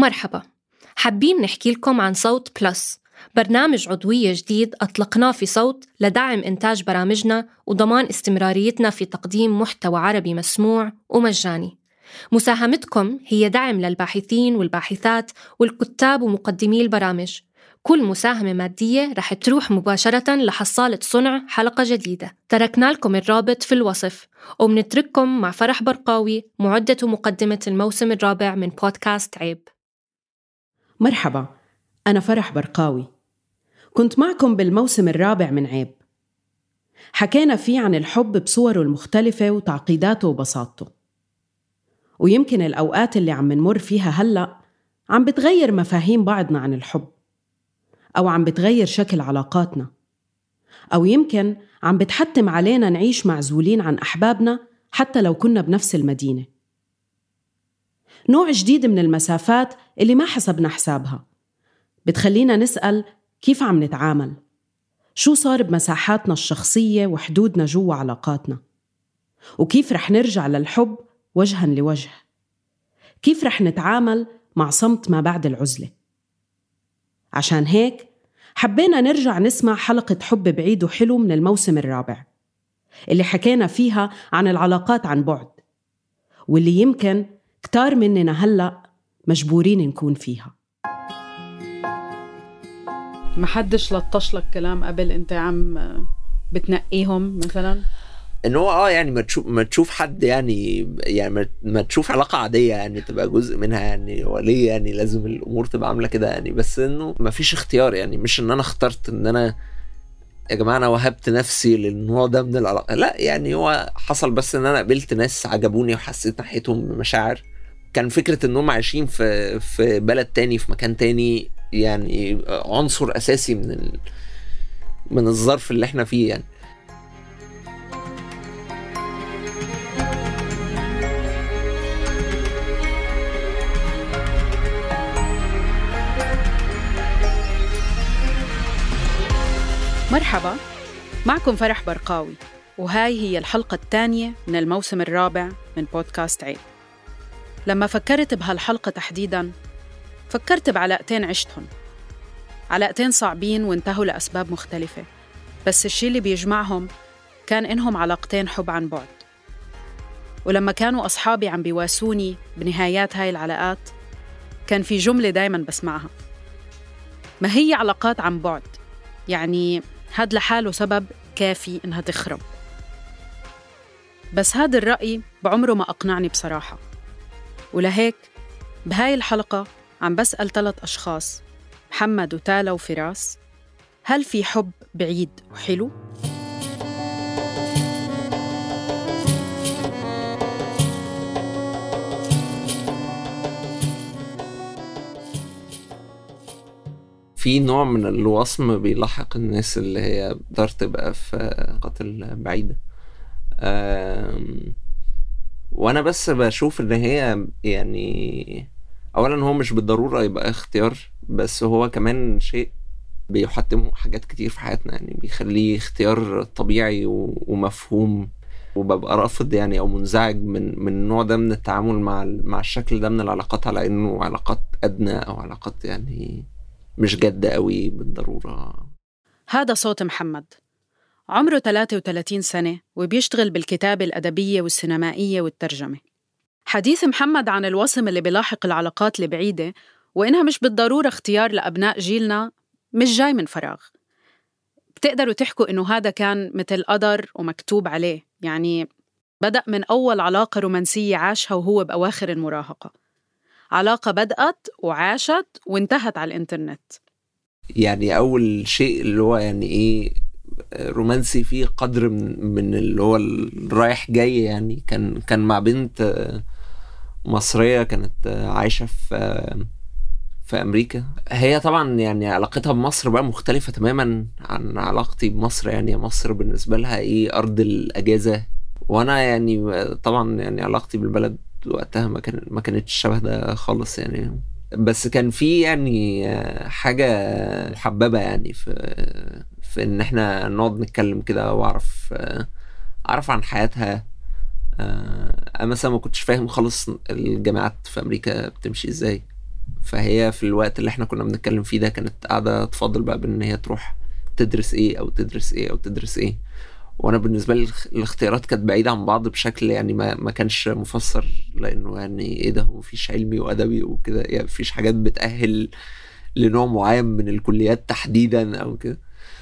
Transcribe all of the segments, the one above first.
مرحبا، حابين نحكي لكم عن صوت بلس، برنامج عضوية جديد أطلقناه في صوت لدعم إنتاج برامجنا وضمان استمراريتنا في تقديم محتوى عربي مسموع ومجاني. مساهمتكم هي دعم للباحثين والباحثات والكتاب ومقدمي البرامج. كل مساهمة مادية رح تروح مباشرة لحصالة صنع حلقة جديدة. تركنا لكم الرابط في الوصف، ومنترككم مع فرح برقاوي، معدة ومقدمة الموسم الرابع من بودكاست عيب. مرحبا، أنا فرح برقاوي، كنت معكم بالموسم الرابع من عيب. حكينا فيه عن الحب بصوره المختلفة وتعقيداته وبساطته، ويمكن الأوقات اللي عم نمر فيها هلأ عم بتغير مفاهيم بعضنا عن الحب، أو عم بتغير شكل علاقاتنا، أو يمكن عم بتحتم علينا نعيش معزولين عن أحبابنا حتى لو كنا بنفس المدينة. نوع جديد من المسافات اللي ما حسبنا حسابها بتخلينا نسأل كيف عم نتعامل، شو صار بمساحاتنا الشخصية وحدودنا جوا علاقاتنا، وكيف رح نرجع للحب وجها لوجه، كيف رح نتعامل مع صمت ما بعد العزلة. عشان هيك حبينا نرجع نسمع حلقة حب بعيد وحلو من الموسم الرابع اللي حكينا فيها عن العلاقات عن بعد، واللي يمكن كتار مننا هلأ مجبورين نكون فيها. ما حدش لطش لك كلام قبل انت عم بتنقيهم مثلا؟ انه هو يعني ما تشوف حد يعني ما تشوف علاقة عادية يعني تبقى جزء منها يعني، وليه يعني لازم الامور تبقى عاملة كده يعني، بس انه ما فيش اختيار يعني، مش ان انا اخترت ان انا يا جماعة انا وهبت نفسي للنوع ده من العلاقة، لا يعني هو حصل بس ان انا قابلت ناس عجبوني وحسيت ناحيتهم بمشاعر. كان فكرة انهم عايشين في بلد تاني في مكان تاني يعني عنصر اساسي من الظرف اللي احنا فيه يعني. مرحبا، معكم فرح برقاوي، وهاي هي الحلقة الثانية من الموسم الرابع من بودكاست عيب. لما فكرت بهالحلقة تحديداً فكرت بعلاقتين عشتهم، علاقتين صعبين وانتهوا لأسباب مختلفة، بس الشي اللي بيجمعهم كان إنهم علاقتين حب عن بعد. ولما كانوا أصحابي عم بيواسوني بنهايات هاي العلاقات كان في جملة دايماً بسمعها: ما هي علاقات عن بعد، يعني هاد لحاله سبب كافي إنها تخرب. بس هاد الرأي بعمره ما أقنعني بصراحة، ولهيك بهاي الحلقة عم بسأل 3 أشخاص، محمد وتالا وفراس: هل في حب بعيد وحلو؟ في نوع من الوصم بيلاحق الناس اللي هي بتقدر تبقى في قتل بعيدة، وانا بس بشوف ان هي يعني اولا هو مش بالضرورة يبقى اختيار، بس هو كمان شيء بيحتمه حاجات كتير في حياتنا يعني، بيخليه اختيار طبيعي ومفهوم، وببقى رافض يعني او منزعج من النوع ده من التعامل مع الشكل ده من العلاقات، على انه علاقات ادنى او علاقات يعني مش جادة قوي بالضرورة. هذا صوت محمد، عمره 33 سنة وبيشتغل بالكتابة الأدبية والسينمائية والترجمة. حديث محمد عن الوصم اللي بيلاحق العلاقات البعيدة وإنها مش بالضرورة اختيار لأبناء جيلنا مش جاي من فراغ. بتقدروا تحكوا إنه هذا كان مثل قدر ومكتوب عليه، يعني بدأ من أول علاقة رومانسية عاشها وهو بأواخر المراهقة، علاقة بدأت وعاشت وانتهت على الإنترنت. يعني أول شيء اللي هو يعني إيه رومانسي فيه قدر من اللي هو الرايح جاي يعني، كان مع بنت مصرية كانت عايشة في أمريكا. هي طبعا يعني علاقتها بمصر بقى مختلفة تماما عن علاقتي بمصر، يعني مصر بالنسبة لها إيه أرض الأجازة، وأنا يعني طبعا يعني علاقتي بالبلد وقتها ما كانتش شبه ده خالص يعني. بس كان في يعني حاجة محببة يعني في ان احنا نقعد نتكلم كده واعرف عن حياتها. انا مثلا ما كنتش فاهم خالص الجامعات في امريكا بتمشي ازاي، فهي في الوقت اللي احنا كنا بنتكلم فيه ده كانت قاعدة تفضل بقى بان هي تروح تدرس ايه او تدرس ايه او تدرس ايه. وانا بالنسبة لي الاختيارات كانت بعيدة عن بعض بشكل يعني ما كانش مفسر، لانه يعني ايه ده، هو مفيش علمي وادبي وكده، يعني مفيش حاجات بتأهل لنوع معين من الكليات تحديدا او كده.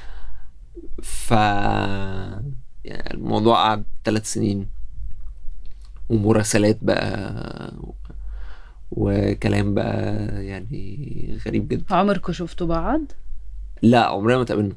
يعني الموضوع قعد 3 سنين ومراسلات بقى وكلام بقى يعني غريب جدا. عمركم شفتوا بعض؟ لا، عمرنا ما تقابلنا.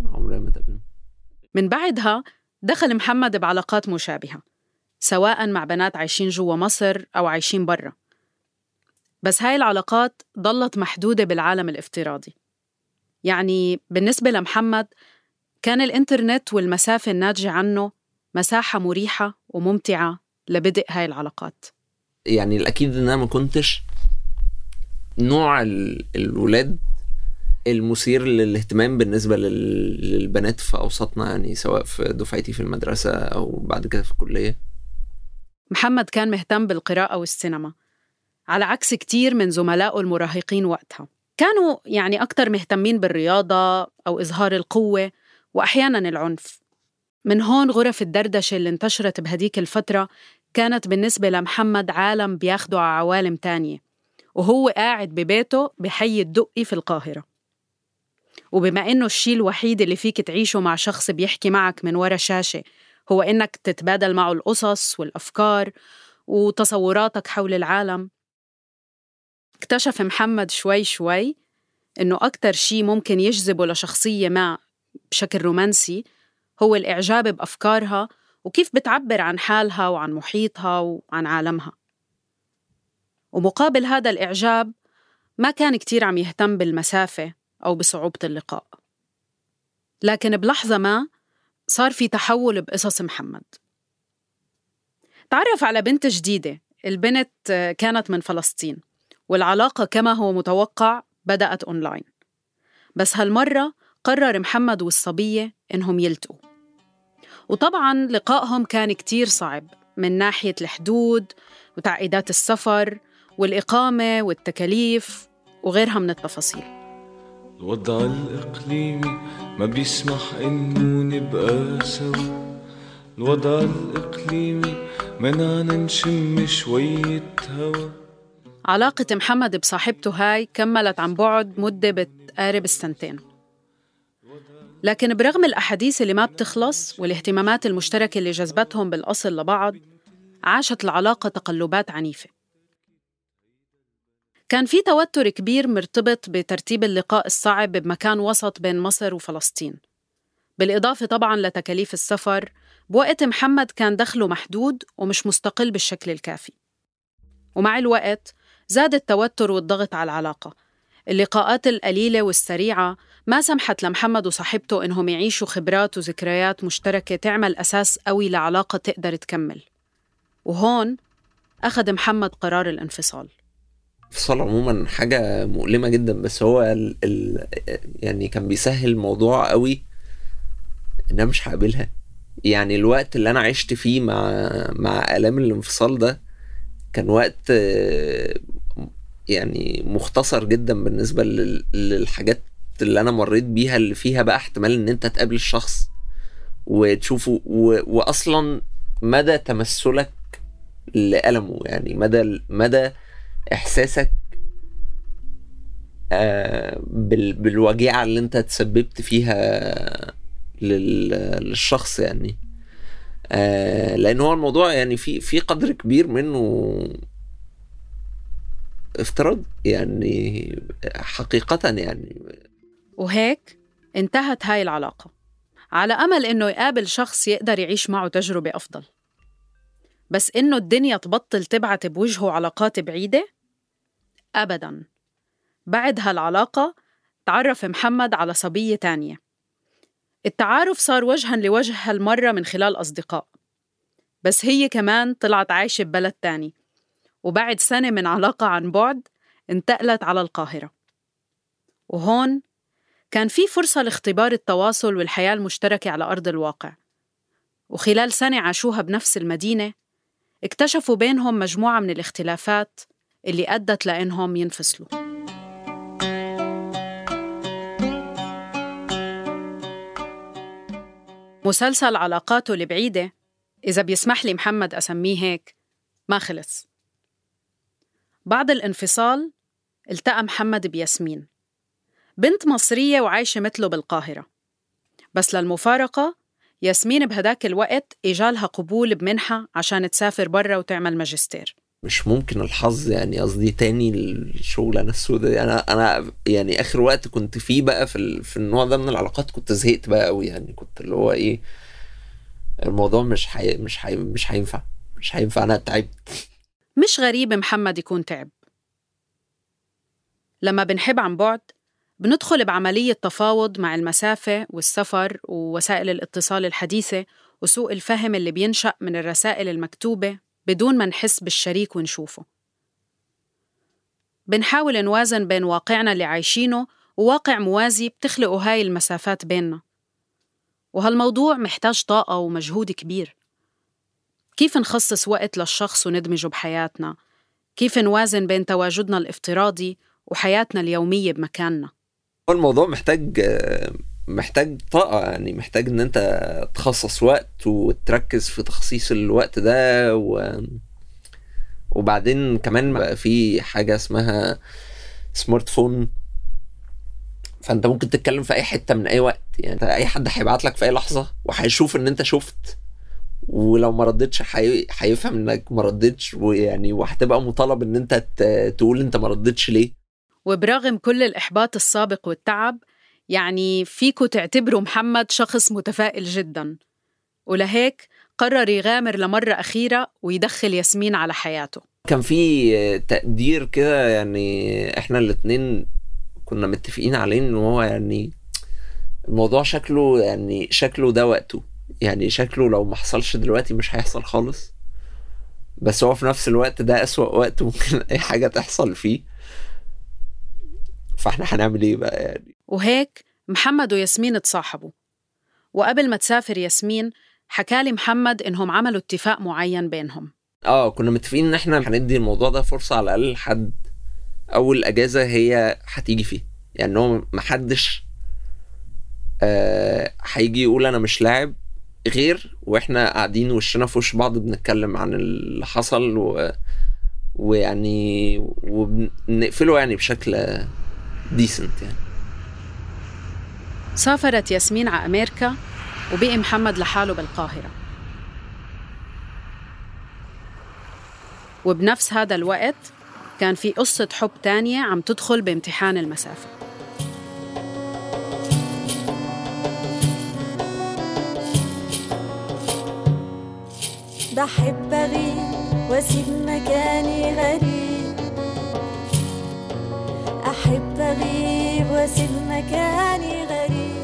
من بعدها دخل محمد بعلاقات مشابهة، سواء مع بنات عايشين جوا مصر أو عايشين برا، بس هاي العلاقات ضلت محدودة بالعالم الافتراضي. يعني بالنسبة لمحمد كان الإنترنت والمسافة الناتجة عنه مساحة مريحة وممتعة لبدء هاي العلاقات. يعني الأكيد إن أنا ما كنتش نوع الولاد المثير للاهتمام بالنسبة للبنات في أوسطنا، يعني سواء في دفعتي في المدرسة أو بعد كده في الكلية. محمد كان مهتم بالقراءة والسينما، على عكس كتير من زملائه المراهقين وقتها. كانوا يعني أكتر مهتمين بالرياضة أو إظهار القوة وأحياناً العنف. من هون غرف الدردشة اللي انتشرت بهديك الفترة كانت بالنسبة لمحمد عالم بياخده على عوالم تانية، وهو قاعد ببيته بحي الدقي في القاهرة. وبما إنه الشيء الوحيد اللي فيك تعيشه مع شخص بيحكي معك من ورا شاشة هو إنك تتبادل معه القصص والأفكار وتصوراتك حول العالم، اكتشف محمد شوي شوي إنه أكتر شيء ممكن يجذبه لشخصية ما بشكل رومانسي هو الإعجاب بأفكارها وكيف بتعبر عن حالها وعن محيطها وعن عالمها. ومقابل هذا الإعجاب ما كان كتير عم يهتم بالمسافة أو بصعوبة اللقاء. لكن بلحظة ما صار في تحول بقصص محمد. تعرف على بنت جديدة، البنت كانت من فلسطين، والعلاقة كما هو متوقع بدأت أونلاين. بس هالمرة قرر محمد والصبية إنهم يلتقوا، وطبعاً لقائهم كان كتير صعب من ناحية الحدود وتعقيدات السفر والإقامة والتكاليف وغيرها من التفاصيل. الوضع الإقليمي ما بيسمح إنه نبقى سوا، الوضع الإقليمي منعنا نشم شوية هوا. علاقة محمد بصاحبته هاي كملت عن بعد مدة بتقارب 2 سنين، لكن برغم الأحاديث اللي ما بتخلص والاهتمامات المشتركة اللي جذبتهم بالأصل لبعض، عاشت العلاقة تقلبات عنيفة. كان في توتر كبير مرتبط بترتيب اللقاء الصعب بمكان وسط بين مصر وفلسطين، بالإضافة طبعاً لتكاليف السفر بوقت محمد كان دخله محدود ومش مستقل بالشكل الكافي. ومع الوقت زاد التوتر والضغط على العلاقة. اللقاءات القليلة والسريعة ما سمحت لمحمد وصاحبته إنهم يعيشوا خبرات وذكريات مشتركة تعمل أساس قوي لعلاقة تقدر تكمل. وهون أخذ محمد قرار الانفصال. الانفصال عموما حاجة مؤلمة جدا، بس هو يعني كان بيسهل الموضوع قوي إن أنا مش هقابلها. يعني الوقت اللي أنا عشت فيه مع آلام الانفصال ده كان وقت يعني مختصر جدا بالنسبة للحاجات اللي أنا مريت بيها، اللي فيها بقى احتمال إن أنت تقابل الشخص وتشوفه وأصلا مدى تمثلك لألمه، يعني مدى إحساسك بالوجيعة اللي أنت تسببت فيها للشخص يعني. لأن هو الموضوع يعني في قدر كبير منه افتراض يعني حقيقة يعني. وهيك انتهت هاي العلاقة على أمل إنه يقابل شخص يقدر يعيش معه تجربة أفضل. بس إنه الدنيا تبطل تبعت بوجهه علاقات بعيدة؟ أبداً. بعد هالعلاقة تعرف محمد على صبية تانية. التعارف صار وجهاً لوجه هالمرة من خلال أصدقاء، بس هي كمان طلعت عايشة ببلد تاني، وبعد 1 سنة من علاقة عن بعد انتقلت على القاهرة. وهون كان في فرصة لاختبار التواصل والحياة المشتركة على أرض الواقع. وخلال 1 سنة عاشوها بنفس المدينة اكتشفوا بينهم مجموعة من الاختلافات اللي أدت لأنهم ينفصلوا. مسلسل علاقاته البعيدة، إذا بيسمح لي محمد أسميه هيك، ما خلص. بعد الانفصال التقى محمد بياسمين، بنت مصرية وعايشة مثله بالقاهرة. بس للمفارقة ياسمين بهداك الوقت إجالها قبول بمنحة عشان تسافر برا وتعمل ماجستير. مش ممكن الحظ، يعني قصدي تاني الشغلانة السوداء دي. أنا يعني آخر وقت كنت فيه بقى في النوع ده من العلاقات كنت زهقت بقى قوي، يعني كنت اللي هو إيه، الموضوع مش هينفع، أنا تعبت. مش غريب محمد يكون تعب. لما بنحب عن بعد بندخل بعملية تفاوض مع المسافة والسفر ووسائل الاتصال الحديثة وسوء الفهم اللي بينشأ من الرسائل المكتوبة بدون ما نحس بالشريك ونشوفه. بنحاول نوازن بين واقعنا اللي عايشينه وواقع موازي بتخلقه هاي المسافات بيننا، وهالموضوع محتاج طاقة ومجهود كبير. كيف نخصص وقت للشخص وندمجه بحياتنا؟ كيف نوازن بين تواجدنا الافتراضي وحياتنا اليومية بمكاننا؟ الموضوع محتاج طاقة، يعني محتاج ان انت تخصص وقت وتركز في تخصيص الوقت ده وبعدين كمان بقى في حاجة اسمها سمارت فون، فانت ممكن تتكلم في اي حتة من اي وقت، يعني اي حد هيبعت لك في اي لحظة وهيشوف ان انت شفت، ولو ما ردتش هيفهم انك ما ردتش، ويعني وهتبقى مطالب ان انت تقول انت ما ردتش ليه. وبرغم كل الإحباط السابق والتعب، يعني فيكو تعتبروا محمد شخص متفائل جداً، ولهيك قرر يغامر لمرة أخيرة ويدخل ياسمين على حياته. كان في تقدير كده، يعني احنا الاتنين كنا متفقين عليه ان هو يعني الموضوع شكله ده وقته، يعني شكله لو ما حصلش دلوقتي مش هيحصل خالص، بس هو في نفس الوقت ده أسوأ وقت ممكن اي حاجة تحصل فيه، فاحنا هنعمل ايه بقى يعني. وهيك محمد وياسمين تصاحبوا، وقبل ما تسافر ياسمين حكالي محمد إنهم عملوا اتفاق معين بينهم. كنا متفقين ان احنا هندي الموضوع ده فرصة على الأقل حد أول أجازة هي هتيجي فيه، يعني هو محدش هيجي يقول أنا مش لاعب غير واحنا قاعدين وشنا في وش بعض بنتكلم عن اللي حصل ويعني وبنقفله يعني بشكل ديسنت يعني. سافرت ياسمين على أمريكا وبقي محمد لحاله بالقاهرة، وبنفس هذا الوقت كان في قصة حب تانية عم تدخل بامتحان المسافة. بحب أغيب وأسيب مكاني غريب، أحب أغيب وأسيب مكاني غريب.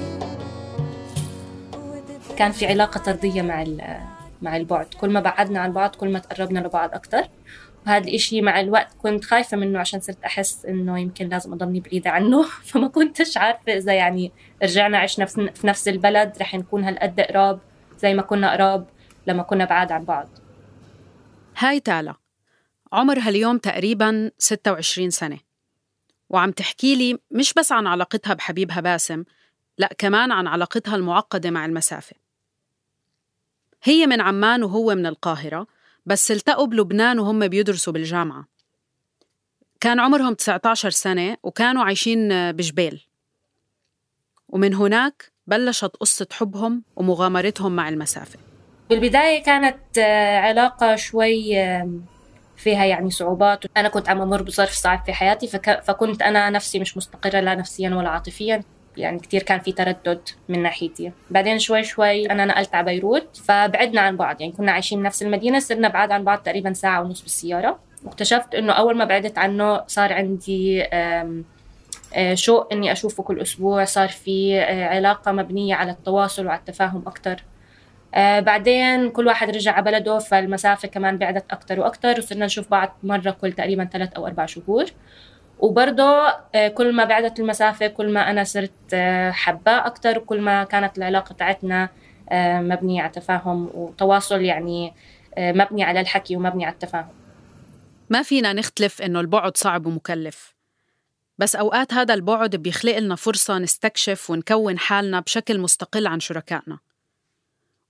كان في علاقة طردية مع البعد، كل ما بعدنا عن بعض كل ما تقربنا لبعض أكتر، وهذا الإشي مع الوقت كنت خايفة منه عشان صرت أحس إنه يمكن لازم أضلني بعيدة عنه، فما كنتش عارفة إذا يعني رجعنا عشنا في نفس البلد رح نكون هالقد قراب زي ما كنا قراب لما كنا بعاد عن بعض. هاي تالا عمرها اليوم تقريباً 26 سنة، وعم تحكي لي مش بس عن علاقتها بحبيبها باسم، لأ كمان عن علاقتها المعقدة مع المسافة. هي من عمان وهو من القاهرة، بس التقوا بلبنان وهم بيدرسوا بالجامعة. كان عمرهم 19 سنة وكانوا عايشين بجبيل، ومن هناك بلشت قصة حبهم ومغامرتهم مع المسافة. بالبداية كانت علاقة شوي فيها يعني صعوبات، أنا كنت عم أمر بظرف صعب في حياتي، فكنت أنا نفسي مش مستقرة لا نفسيا ولا عاطفيا، يعني كتير كان في تردد من ناحيتي. بعدين شوي أنا نقلت على بيروت فبعدنا عن بعض، يعني كنا عايشين نفس المدينة، صرنا بعاد عن بعض تقريبا 1.5 ساعة بالسيارة. واكتشفت إنه أول ما بعدت عنه صار عندي شوق إني أشوفه كل أسبوع، صار في علاقة مبنية على التواصل وعلى التفاهم أكتر. بعدين كل واحد رجع على بلده، فالمسافة كمان بعدت أكتر وأكتر، وصرنا نشوف بعض مرة كل تقريبا 3 أو 4 شهور. وبرضه كل ما بعدت المسافة كل ما أنا صرت حباه أكتر، وكل ما كانت العلاقة تاعتنا مبنية على تفاهم وتواصل، يعني مبني على الحكي ومبني على التفاهم. ما فينا نختلف إنه البعد صعب ومكلف، بس أوقات هذا البعد بيخلق لنا فرصة نستكشف ونكون حالنا بشكل مستقل عن شركائنا.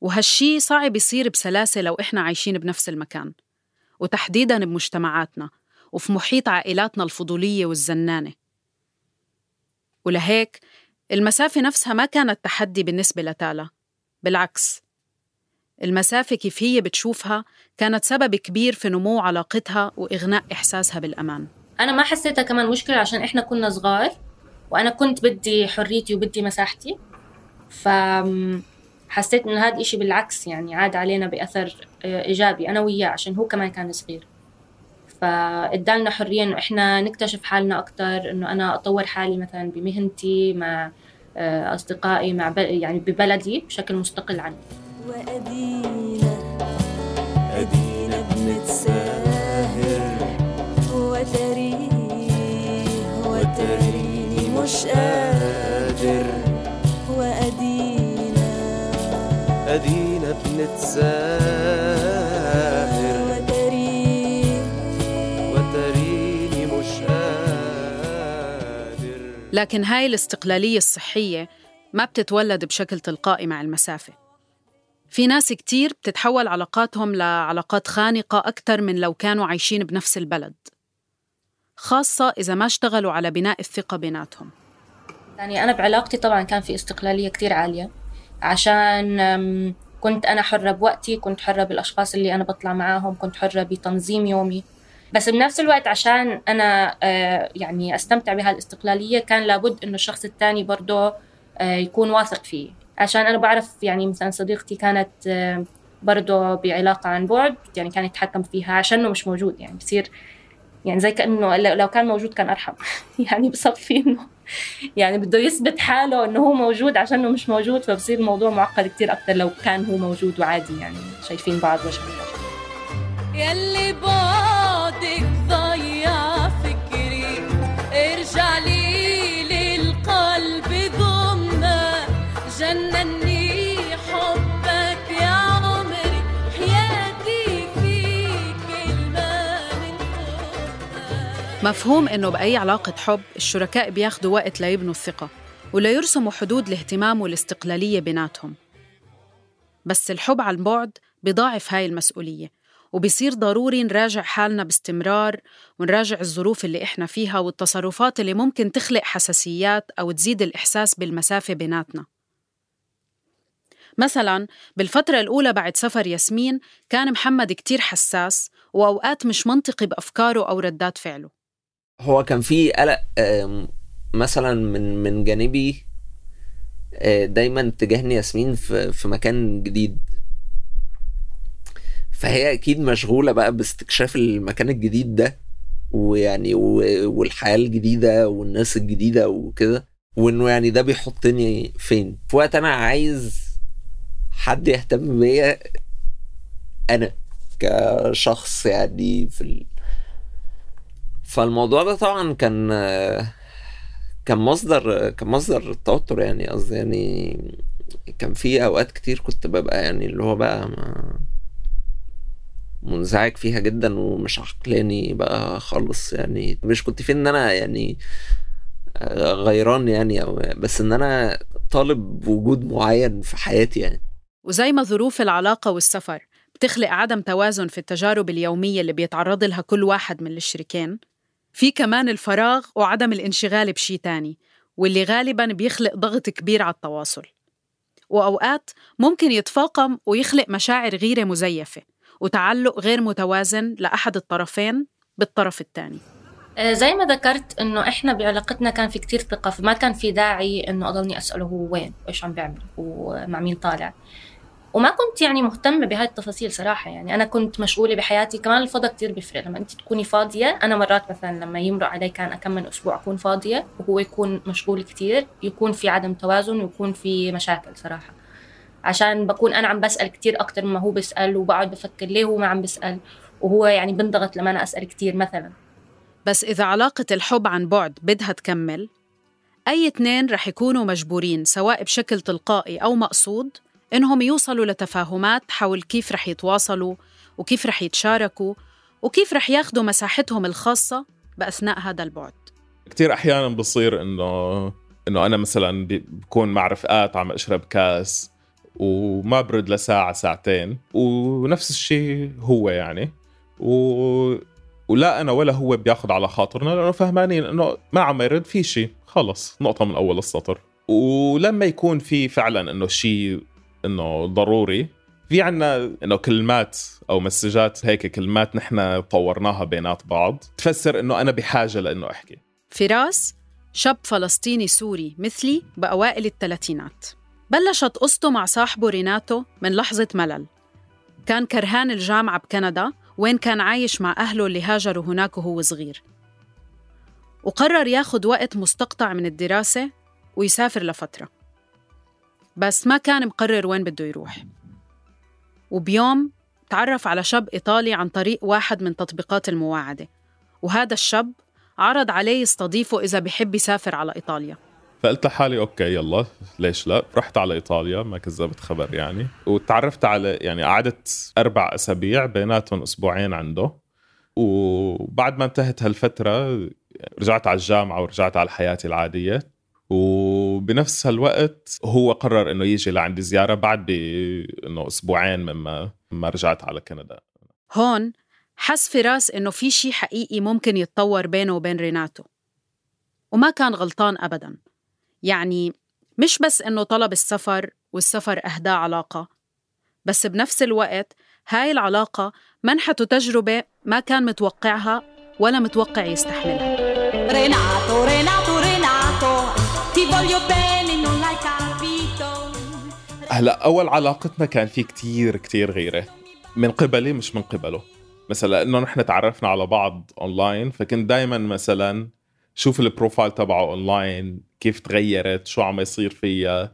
وهالشي صعب يصير بسلاسة لو إحنا عايشين بنفس المكان، وتحديداً بمجتمعاتنا وفي محيط عائلاتنا الفضولية والزنانة. ولهيك المسافة نفسها ما كانت تحدي بالنسبة لتالا، بالعكس، المسافة كيف هي بتشوفها كانت سبب كبير في نمو علاقتها وإغناء إحساسها بالأمان. أنا ما حسيتها كمان مشكلة عشان إحنا كنا صغار وأنا كنت بدي حريتي وبدي مساحتي، فحسيت إن هذا إشي بالعكس يعني عاد علينا بأثر إيجابي أنا وياه، عشان هو كمان كان صغير، فإدالنا حرية إنه إحنا نكتشف حالنا أكتر، إنه أنا أطور حالي مثلا بمهنتي مع أصدقائي مع يعني ببلدي بشكل مستقل عني. وأدينا بنتساهر وتريني مش قادر، وأدينا بنتساهر وتريني مش قادر. لكن هاي الاستقلالية الصحية ما بتتولد بشكل تلقائي مع المسافة. في ناس كتير بتتحول علاقاتهم لعلاقات خانقة أكتر من لو كانوا عايشين بنفس البلد، خاصة إذا ما اشتغلوا على بناء الثقة بيناتهم. يعني أنا بعلاقتي طبعاً كان في استقلالية كتير عالية، عشان كنت أنا حرة بوقتي، كنت حرة بالأشخاص اللي أنا بطلع معاهم، كنت حرة بتنظيم يومي. بس بنفس الوقت عشان أنا يعني أستمتع بهالاستقلالية كان لابد إنه الشخص التاني برضه يكون واثق فيه، عشان أنا بعرف يعني مثلا صديقتي كانت برضه بعلاقة عن بعد، يعني كان يتحكم فيها عشانه مش موجود، يعني بصير يعني زي كأنه لو كان موجود كان أرحم يعني بصفي إنه يعني بده يثبت حاله إنه هو موجود عشانه مش موجود، فبصير الموضوع معقد كتير أكتر لو كان هو موجود وعادي يعني شايفين بعض وجه لوجه. يلي بعدك ضيع فكري، ارجع لي للقلب ضمنا، جنني حبك يا عمري، حياتي فيك كلمة من قلبنا. مفهوم إنه بأي علاقة حب الشركاء بياخدوا وقت ليبنوا الثقة ولا يرسموا حدود الاهتمام والاستقلالية بيناتهم. بس الحب عن بعد بيضاعف هاي المسؤولية، وبيصير ضروري نراجع حالنا باستمرار ونراجع الظروف اللي إحنا فيها والتصرفات اللي ممكن تخلق حساسيات أو تزيد الإحساس بالمسافة بيناتنا. مثلاً بالفترة الأولى بعد سفر ياسمين كان محمد كتير حساس وأوقات مش منطقي بأفكاره أو ردات فعله. هو كان فيه قلق مثلا من جانبي دايما تجاهني ياسمين في مكان جديد، فهي اكيد مشغولة بقى باستكشاف المكان الجديد ده، ويعني والحياة الجديدة والناس الجديدة وكده، وانه يعني ده بيحطني فين في وقت انا عايز حد يهتم بيا انا كشخص يعني فالموضوع ده طبعا كان مصدر توتر، يعني قصدي يعني كان في اوقات كتير كنت ببقى يعني اللي هو بقى منزعج فيها جدا ومش عقلاني بقى خالص، يعني مش كنت فين ان انا يعني غيران يعني أو بس ان انا طالب وجود معين في حياتي يعني. وزي ما ظروف العلاقة والسفر بتخلق عدم توازن في التجارب اليومية اللي بيتعرض لها كل واحد من الشريكين، في كمان الفراغ وعدم الانشغال بشي تاني، واللي غالباً بيخلق ضغط كبير على التواصل، وأوقات ممكن يتفاقم ويخلق مشاعر غيرة مزيفة وتعلق غير متوازن لأحد الطرفين بالطرف الثاني. زي ما ذكرت إنه إحنا بعلاقتنا كان في كتير ثقة، فما كان في داعي إنه أضلني أسأله هو وين وإيش عم بيعمل ومع مين طالع، وما كنت يعني مهتمة بهاي التفاصيل صراحة. يعني أنا كنت مشغولة بحياتي. كمان الفضا كتير بيفرق لما أنت تكوني فاضية. أنا مرات مثلا لما يمرق علي كان أكمل أسبوع أكون فاضية وهو يكون مشغول كتير، يكون في عدم توازن ويكون في مشاكل صراحة، عشان بكون أنا عم بسأل كتير أكتر ما هو بسأل، وبقعد بفكر ليه هو ما عم بسأل، وهو يعني بنضغط لما أنا أسأل كتير مثلا. بس إذا علاقة الحب عن بعد بدها تكمل، أي اتنين رح يكونوا مجبورين سواء بشكل تلقائي أو مقصود إنهم يوصلوا لتفاهمات حول كيف رح يتواصلوا وكيف رح يتشاركوا وكيف رح ياخدوا مساحتهم الخاصة بأثناء هذا البعد. كتير أحياناً بصير إنه أنا مثلاً بكون مع رفقات عم أشرب كاس وما برد لساعة ساعتين، ونفس الشيء هو يعني ولا أنا ولا هو بياخد على خاطرنا، لأنه فهمانين إنه ما عم يرد في شيء، خلص نقطة من أول السطر. ولما يكون في فعلا إنه شيء إنه ضروري، في عنا إنه كلمات أو مسجات هيك، كلمات نحن طورناها بينات بعض تفسر إنه أنا بحاجة لإنه أحكي. فراس شاب فلسطيني سوري مثلي بأوائل الثلاثينات، بلشت قصته مع صاحبه ريناتو من لحظة ملل. كان كرهان الجامعة بكندا وين كان عايش مع أهله اللي هاجروا هناك وهو صغير، وقرر ياخد وقت مستقطع من الدراسة ويسافر لفترة، بس ما كان مقرر وين بده يروح. وبيوم تعرف على شاب إيطالي عن طريق واحد من تطبيقات المواعدة، وهذا الشاب عرض عليه يستضيفه إذا بيحب يسافر على إيطاليا. فقلت لحالي أوكي يلا ليش لا. رحت على إيطاليا، ما كذبت خبر يعني، وتعرفت على يعني قعدت 4 أسابيع بيناتهم 2 عنده. وبعد ما انتهت هالفترة رجعت على الجامعة ورجعت على حياتي العادية. وبنفس هالوقت هو قرر إنه يجي لعندي زيارة بعد إنه 2 أسبوع مما رجعت على كندا. هون حس فراس إنه في شيء حقيقي ممكن يتطور بينه وبين ريناتو، وما كان غلطان أبداً. يعني مش بس إنه طلب السفر والسفر أهداه علاقة، بس بنفس الوقت هاي العلاقة منحته تجربة ما كان متوقعها ولا متوقع يستحملها. ريناتو ريناتو ريناتو ti voglio bene non l'hai capito. هلا أول علاقتنا كان في كتير غيرة من قبلي مش من قبله. مثلا إنه نحن تعرفنا على بعض أونلاين، فكنت دايما مثلا شوف البروفايل تبعه أونلاين كيف تغيرت، شو عم يصير فيها،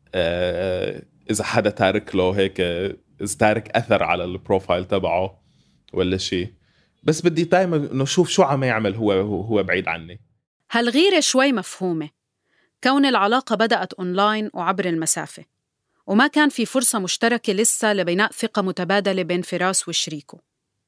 إذا حدا تارك له هيك، إذا تارك أثر على البروفايل تبعه ولا شيء. بس بدي دايما إنه شوف شو عم يعمل هو بعيد عني. هالغيرة شوي مفهومة، كون العلاقة بدأت أونلاين وعبر المسافة، وما كان في فرصة مشتركة لسه لبناء ثقة متبادلة بين فراس وشريكه.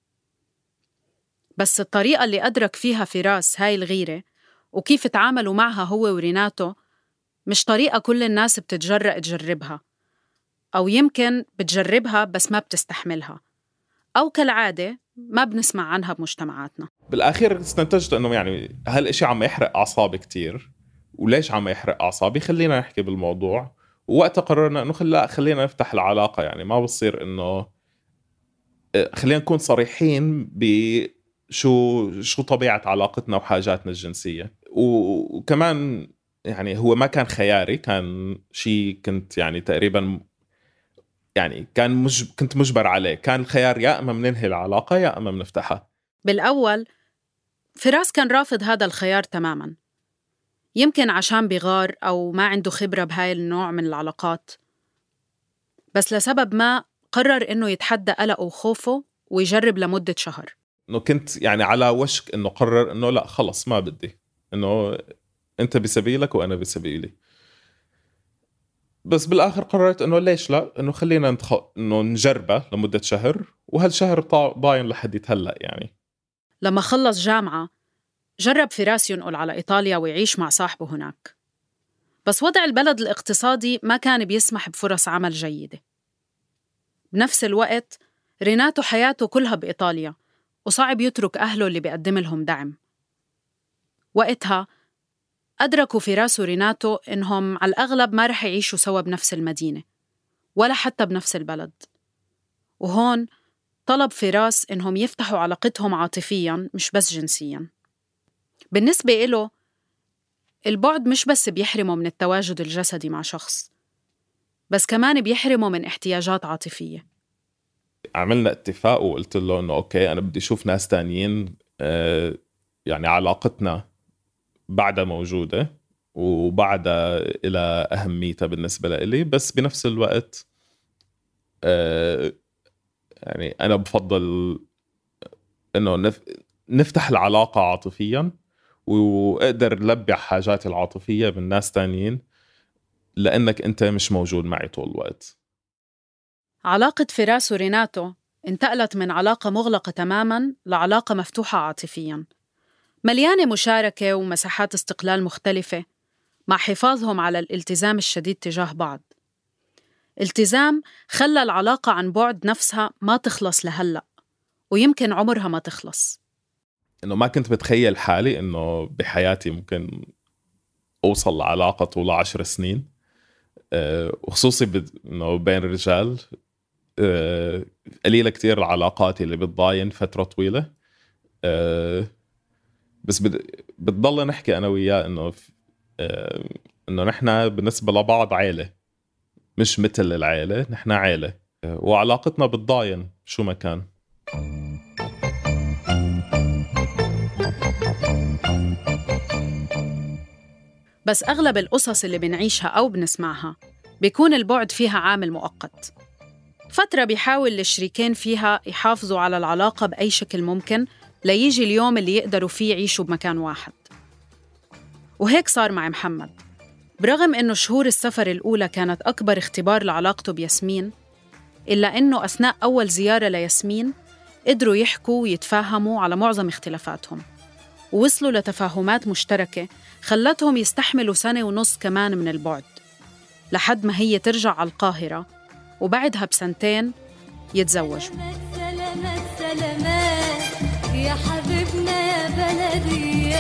بس الطريقة اللي أدرك فيها فراس هاي الغيرة وكيف تعاملوا معها هو وريناتو مش طريقة كل الناس بتتجرأ تجربها، أو يمكن بتجربها بس ما بتستحملها، أو كالعادة ما بنسمع عنها بمجتمعاتنا. بالآخير استنتجت أنه يعني هالإشي عم يحرق أعصابي كتير، وليش عم يحرق أعصابي خلينا نحكي بالموضوع. ووقتها قررنا أنه خلينا نفتح العلاقة. يعني ما بصير أنه خلينا نكون صريحين بشو طبيعة علاقتنا وحاجاتنا الجنسية. وكمان يعني هو ما كان خياري، كان شيء كنت يعني تقريبا يعني كنت مجبر عليه. كان الخيار يا أما مننهي العلاقة يا أما منفتحها. بالأول فراس كان رافض هذا الخيار تماماً، يمكن عشان بغار أو ما عنده خبرة بهاي النوع من العلاقات، بس لسبب ما قرر إنه يتحدى قلقه وخوفه ويجرب لمدة شهر. إنه كنت يعني على وشك إنه قرر إنه لا خلص ما بدي، إنه أنت بسبيلك وأنا بسبيلي. بس بالآخر قررت إنه ليش لا، إنه خلينا إنه نجربه لمدة شهر، وهالشهر ضاين لحد يتهلأ يعني. لما خلص جامعة جرب فراس ينقل على إيطاليا ويعيش مع صاحبه هناك، بس وضع البلد الاقتصادي ما كان بيسمح بفرص عمل جيدة. بنفس الوقت ريناتو حياته كلها بإيطاليا، وصعب يترك أهله اللي بيقدم لهم دعم. وقتها أدركوا فراس وريناتو إنهم على الأغلب ما رح يعيشوا سوا بنفس المدينة ولا حتى بنفس البلد. وهون طلب فراس إنهم يفتحوا علاقتهم عاطفياً مش بس جنسياً. بالنسبة إله البعد مش بس بيحرمه من التواجد الجسدي مع شخص، بس كمان بيحرمه من احتياجات عاطفية. عملنا اتفاق وقلت له إنه أوكي أنا بدي أشوف ناس تانيين، يعني علاقتنا بعدها موجودة وبعدها إلى أهميتها بالنسبة لي، بس بنفس الوقت يعني أنا بفضل إنه نفتح العلاقة عاطفياً وأقدر لبع حاجاتي العاطفية من ناس تانيين، لأنك أنت مش موجود معي طول الوقت. علاقة فراس وريناتو انتقلت من علاقة مغلقة تماماً لعلاقة مفتوحة عاطفياً، مليانة مشاركة ومساحات استقلال مختلفة، مع حفاظهم على الالتزام الشديد تجاه بعض. التزام خلى العلاقة عن بعد نفسها ما تخلص لهلأ، ويمكن عمرها ما تخلص. إنه ما كنت بتخيل حالي إنه بحياتي ممكن أوصل لعلاقة طولها 10 سنين، وخصوصي إنه بين الرجال. قليلة كتير العلاقات اللي بتضاين فترة طويلة، بس بتضل نحكي أنا وياه إنه نحنا بالنسبة لبعض عائلة، مش مثل العائلة، نحنا عائلة، وعلاقتنا بتضاين شو ما كان. بس أغلب القصص اللي بنعيشها أو بنسمعها بيكون البعد فيها عامل مؤقت، فترة بيحاول الشريكين فيها يحافظوا على العلاقة بأي شكل ممكن ليجي اليوم اللي يقدروا فيه يعيشوا بمكان واحد. وهيك صار مع محمد. برغم إنه شهور السفر الأولى كانت أكبر اختبار لعلاقته بياسمين، إلا إنه أثناء أول زيارة لياسمين قدروا يحكوا ويتفاهموا على معظم اختلافاتهم، ووصلوا لتفاهمات مشتركة خلتهم يستحملوا 1.5 سنة كمان من البعد، لحد ما هي ترجع على القاهرة، وبعدها ب2 يتزوجوا. سلامات سلامات يا حبيبنا يا بلدي،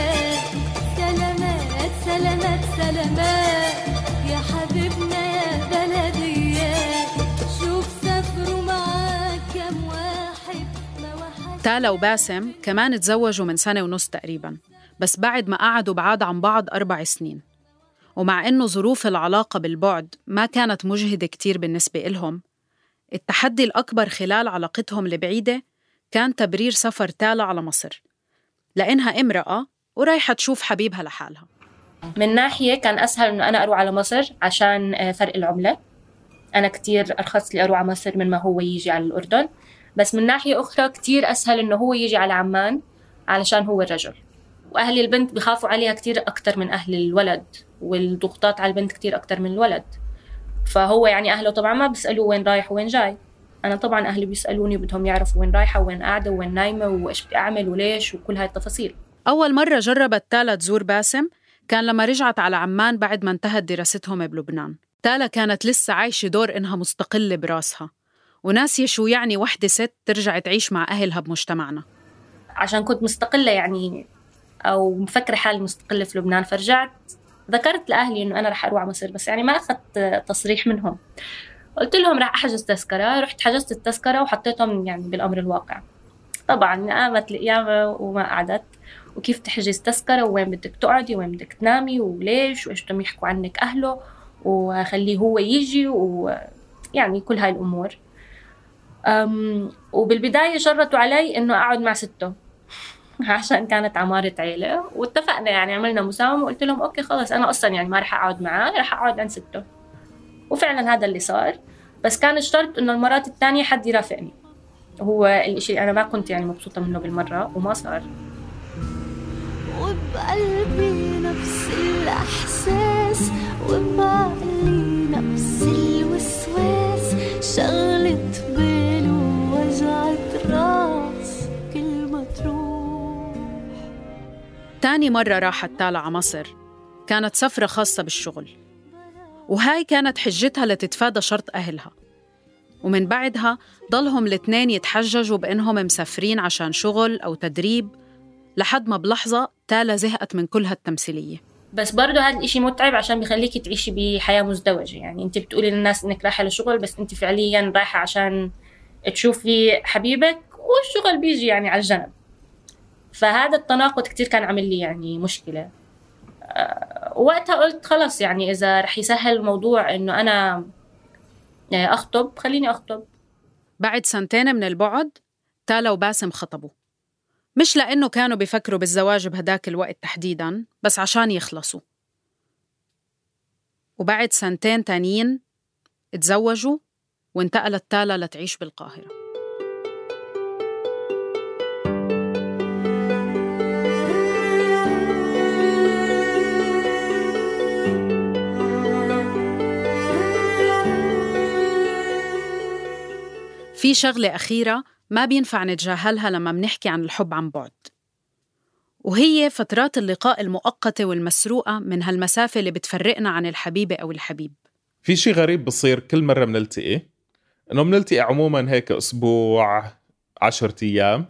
سلامات سلامات سلامات يا حبيبنا يا بلدي، شوف سافروا معاك كم واحد ما وحد. تالا وباسم كمان تزوجوا من 1.5 سنة تقريباً، بس بعد ما قعدوا بعاد عن بعض 4 سنين. ومع إنه ظروف العلاقة بالبعد ما كانت مجهدة كتير بالنسبة إلهم، التحدي الأكبر خلال علاقتهم البعيدة كان تبرير سفر تالا على مصر، لأنها امرأة ورايحة تشوف حبيبها لحالها. من ناحية كان أسهل إنه أنا أروح على مصر عشان فرق العملة، أنا كتير أرخص لي أروح على مصر من ما هو يجي على الأردن. بس من ناحية أخرى كتير أسهل إنه هو يجي على عمان علشان هو الرجل، وأهل البنت بيخافوا عليها كتير أكتر من أهل الولد، والضغوطات على البنت كتير أكتر من الولد. فهو يعني أهله طبعا ما بيسألوه وين رايح وين جاي. أنا طبعا أهلي بيسألوني، بدهم يعرفوا وين رايحة وين قاعدة وين نايمة وإيش بدي أعمل وليش وكل هاي التفاصيل. أول مرة جربت تالا تزور باسم كان لما رجعت على عمان بعد ما انتهت دراستهم بلبنان. تالا كانت لسه عايشة دور إنها مستقلة براسها، وناسية شو يعني وحدة ست ترجع تعيش مع أهلها بمجتمعنا. عشان كنت مستقلة يعني، أو مفكرة حالي مستقلة في لبنان، فرجعت ذكرت لأهلي إنه أنا رح أروح على مصر، بس يعني ما أخذت تصريح منهم. قلت لهم رح أحجز تذكرة، رحت حجزت التذكرة وحطيتهم يعني بالأمر الواقع. طبعا قامت الأيام وما قعدت، وكيف تحجز تذكرة وين بدك تقعدي وين بدك تنامي وليش وإيش بدهم يحكوا عنك أهله وخليه هو يجي، ويعني كل هاي الأمور. وبالبداية جرتوا علي إنه أقعد مع سته عشان كانت عمارة عيلة، واتفقنا يعني عملنا مساومة وقلت لهم أوكي خلاص أنا أصلا يعني ما رح أقعد معاه، رح أقعد عند سته. وفعلا هذا اللي صار، بس كان الشرط إنه المرات الثانية حد يرافقني. هو الإشي أنا ما كنت يعني مبسوطة منه بالمرة وما صار. وبقلبي نفس الإحساس وبعقلي نفس الوسواس، شغلة بال ووجعة راس كل ما تروح. تاني مرة راحت تالا على مصر كانت سفرة خاصة بالشغل، وهاي كانت حجتها لتتفادى شرط أهلها. ومن بعدها ضلهم الاثنين يتحججوا بأنهم مسافرين عشان شغل أو تدريب، لحد ما بلحظة تالا زهقت من كل هالتمثيلية. بس برضو هذا الإشي متعب عشان بيخليكي تعيشي بحياة مزدوجة. يعني أنت بتقولي للناس إنك رايحة لشغل، بس أنت فعلياً رايحة عشان تشوفي حبيبك، والشغل بيجي يعني على الجنب. فهذا التناقض كتير كان عامل لي يعني مشكلة. وقتها قلت خلاص يعني إذا رح يسهل الموضوع إنه أنا أخطب، خليني أخطب. بعد 2 من البعد تالا وباسم خطبوا، مش لأنه كانوا بيفكروا بالزواج بهداك الوقت تحديداً، بس عشان يخلصوا. وبعد 2 تانيين اتزوجوا، وانتقلت تالا لتعيش بالقاهرة. في شغلة أخيرة ما بينفع نتجاهلها لما منحكي عن الحب عن بعد، وهي فترات اللقاء المؤقتة والمسروقة من هالمسافة اللي بتفرقنا عن الحبيبة أو الحبيب. في شيء غريب بصير كل مرة بنلتقي، إنه بنلتقي عموما هيك أسبوع 10 أيام،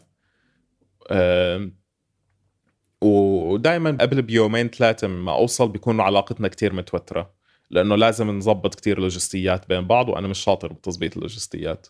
ودائما قبل بيومين 3 ما أوصل بيكونوا علاقتنا كتير متوترة، لأنه لازم نضبط كتير لوجستيات بين بعض، وأنا مش شاطر بتضبيط اللوجستيات.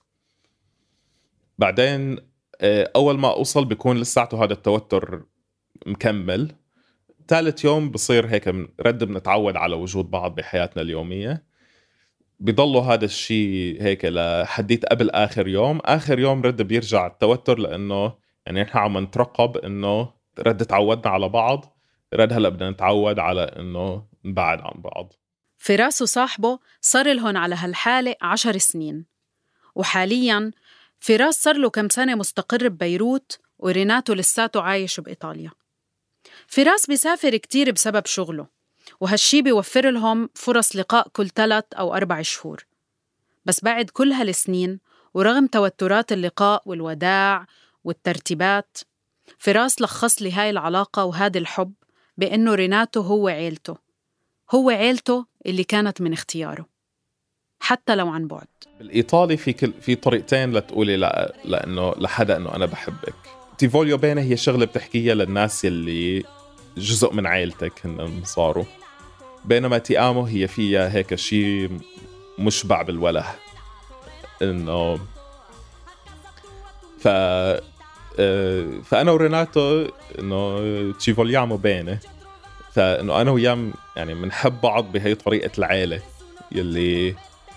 بعدين أول ما أوصل بيكون لساته هذا التوتر مكمل. ثالث يوم بصير هيك بنتعود على وجود بعض بحياتنا اليومية. بيضلوا هذا الشيء هيك لحديت قبل آخر يوم رد بيرجع التوتر، لأنه يعني نحن عم نترقب إنه رد تعودنا على بعض، رد هلأ بدنا نتعود على إنه نبعد عن بعض. فراس وصاحبه صار لهم على هالحالة 10 سنين، وحالياً فراس صار له كم سنة مستقر ببيروت، وريناتو لساته عايش بإيطاليا. فراس بيسافر كتير بسبب شغله، وهالشي بيوفر لهم فرص لقاء كل 3 أو 4 شهور. بس بعد كل هالسنين ورغم توترات اللقاء والوداع والترتيبات، فراس لخص لي هاي العلاقة وهذا الحب بأنه ريناتو هو عيلته اللي كانت من اختياره حتى لو عن بعد. بالإيطالي في طريقتين لتقولي لأنه لحدا أنه أنا بحبك. تي فوليو بينه هي شغلة بتحكيها للناس اللي جزء من عائلتك هن صاروا، بينما تي آمو هي فيها هيك شيء مشبع بالوله، إنه فأنا وريناتو إنه تي فوليامو بينه، فإنه أنا وياه يعني منحب بعض بهي طريقة العائلة يلي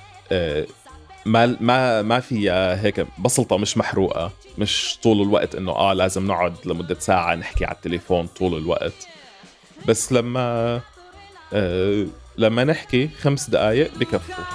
ما فيها هيك بسلطة، مش محروقة، مش طول الوقت إنه لازم نقعد لمدة ساعة نحكي على التليفون طول الوقت، بس لما نحكي 5 دقايق بكفوا.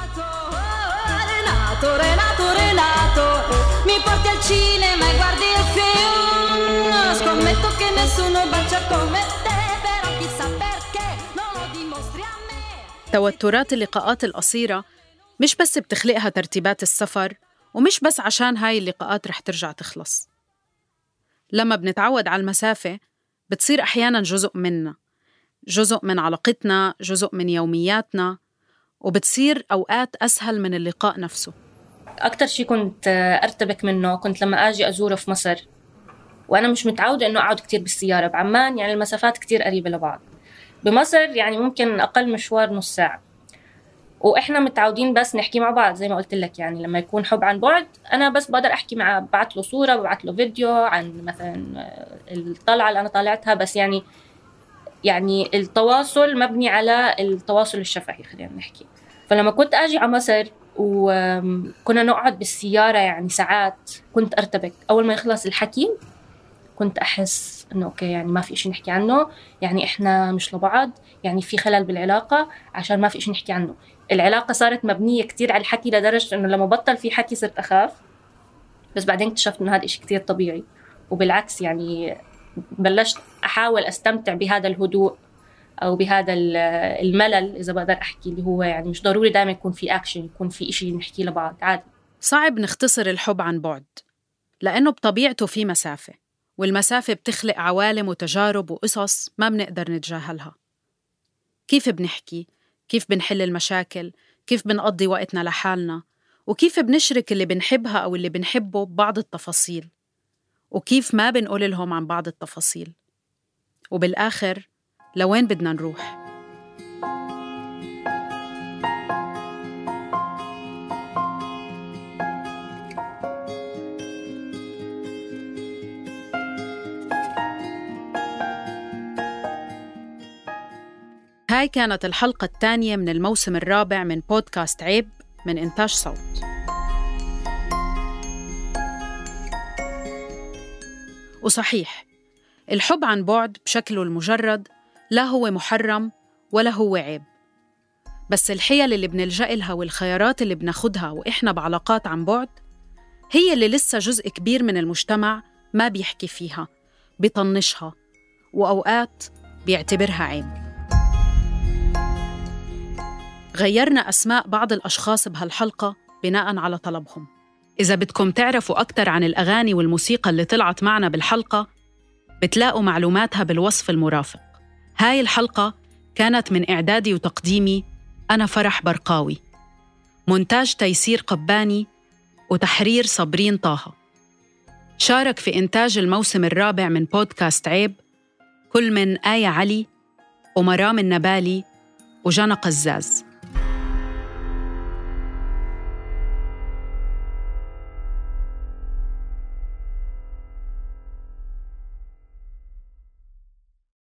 توترات اللقاءات القصيرة مش بس بتخلقها ترتيبات السفر، ومش بس عشان هاي اللقاءات رح ترجع تخلص. لما بنتعود على المسافة بتصير أحياناً جزء منا، جزء من علاقتنا، جزء من يومياتنا، وبتصير أوقات أسهل من اللقاء نفسه. أكتر شي كنت أرتبك منه كنت لما أجي أزوره في مصر، وأنا مش متعودة إنه أقعد كتير بالسيارة. بعمان يعني المسافات كتير قريبة لبعض، بمصر يعني ممكن أقل مشوار نص ساعة، وإحنا متعودين بس نحكي مع بعض. زي ما قلت لك يعني لما يكون حب عن بعد أنا بس بقدر أحكي معه، بعت له صورة، بعت له فيديو عن مثلا الطلعة اللي أنا طالعتها، بس يعني التواصل مبني على التواصل الشفهي خلينا نحكي. فلما كنت أجي على مصر وكنا نقعد بالسيارة يعني ساعات، كنت أرتبك. أول ما يخلص الحكي كنت أحس إنه أوكي يعني ما في إشي نحكي عنه، يعني إحنا مش لبعض، يعني في خلل بالعلاقة عشان ما في إشي نحكي عنه. العلاقة صارت مبنية كتير على الحكي لدرجة إنه لما بطل في حكي صرت أخاف، بس بعدين اكتشفت إنه هذا إشي كتير طبيعي، وبالعكس يعني بلشت أحاول أستمتع بهذا الهدوء أو بهذا الملل إذا بقدر أحكي، اللي هو يعني مش ضروري دائما يكون في أكشن، يكون في إشي نحكي لبعض عادي. صعب نختصر الحب عن بعد لأنه بطبيعته في مسافة، والمسافة بتخلق عوالم وتجارب وقصص ما بنقدر نتجاهلها. كيف بنحكي، كيف بنحل المشاكل، كيف بنقضي وقتنا لحالنا، وكيف بنشرك اللي بنحبها أو اللي بنحبه ببعض التفاصيل، وكيف ما بنقول لهم عن بعض التفاصيل، وبالآخر لوين بدنا نروح؟ هاي كانت الحلقة الثانية من الموسم الرابع من بودكاست عيب من إنتاج صوت. وصحيح الحب عن بعد بشكله المجرد لا هو محرم ولا هو عيب، بس الحيل اللي بنلجأ لها والخيارات اللي بناخدها وإحنا بعلاقات عن بعد هي اللي لسه جزء كبير من المجتمع ما بيحكي فيها، بيطنشها، وأوقات بيعتبرها عيب. غيرنا أسماء بعض الأشخاص بهالحلقة بناءً على طلبهم. إذا بدكم تعرفوا أكتر عن الأغاني والموسيقى اللي طلعت معنا بالحلقة بتلاقوا معلوماتها بالوصف المرافق. هاي الحلقة كانت من إعدادي وتقديمي أنا فرح برقاوي. مونتاج تيسير قباني، وتحرير صابرين طه. شارك في إنتاج الموسم الرابع من بودكاست عيب كل من آية علي ومرام النبالي وجنى قزاز.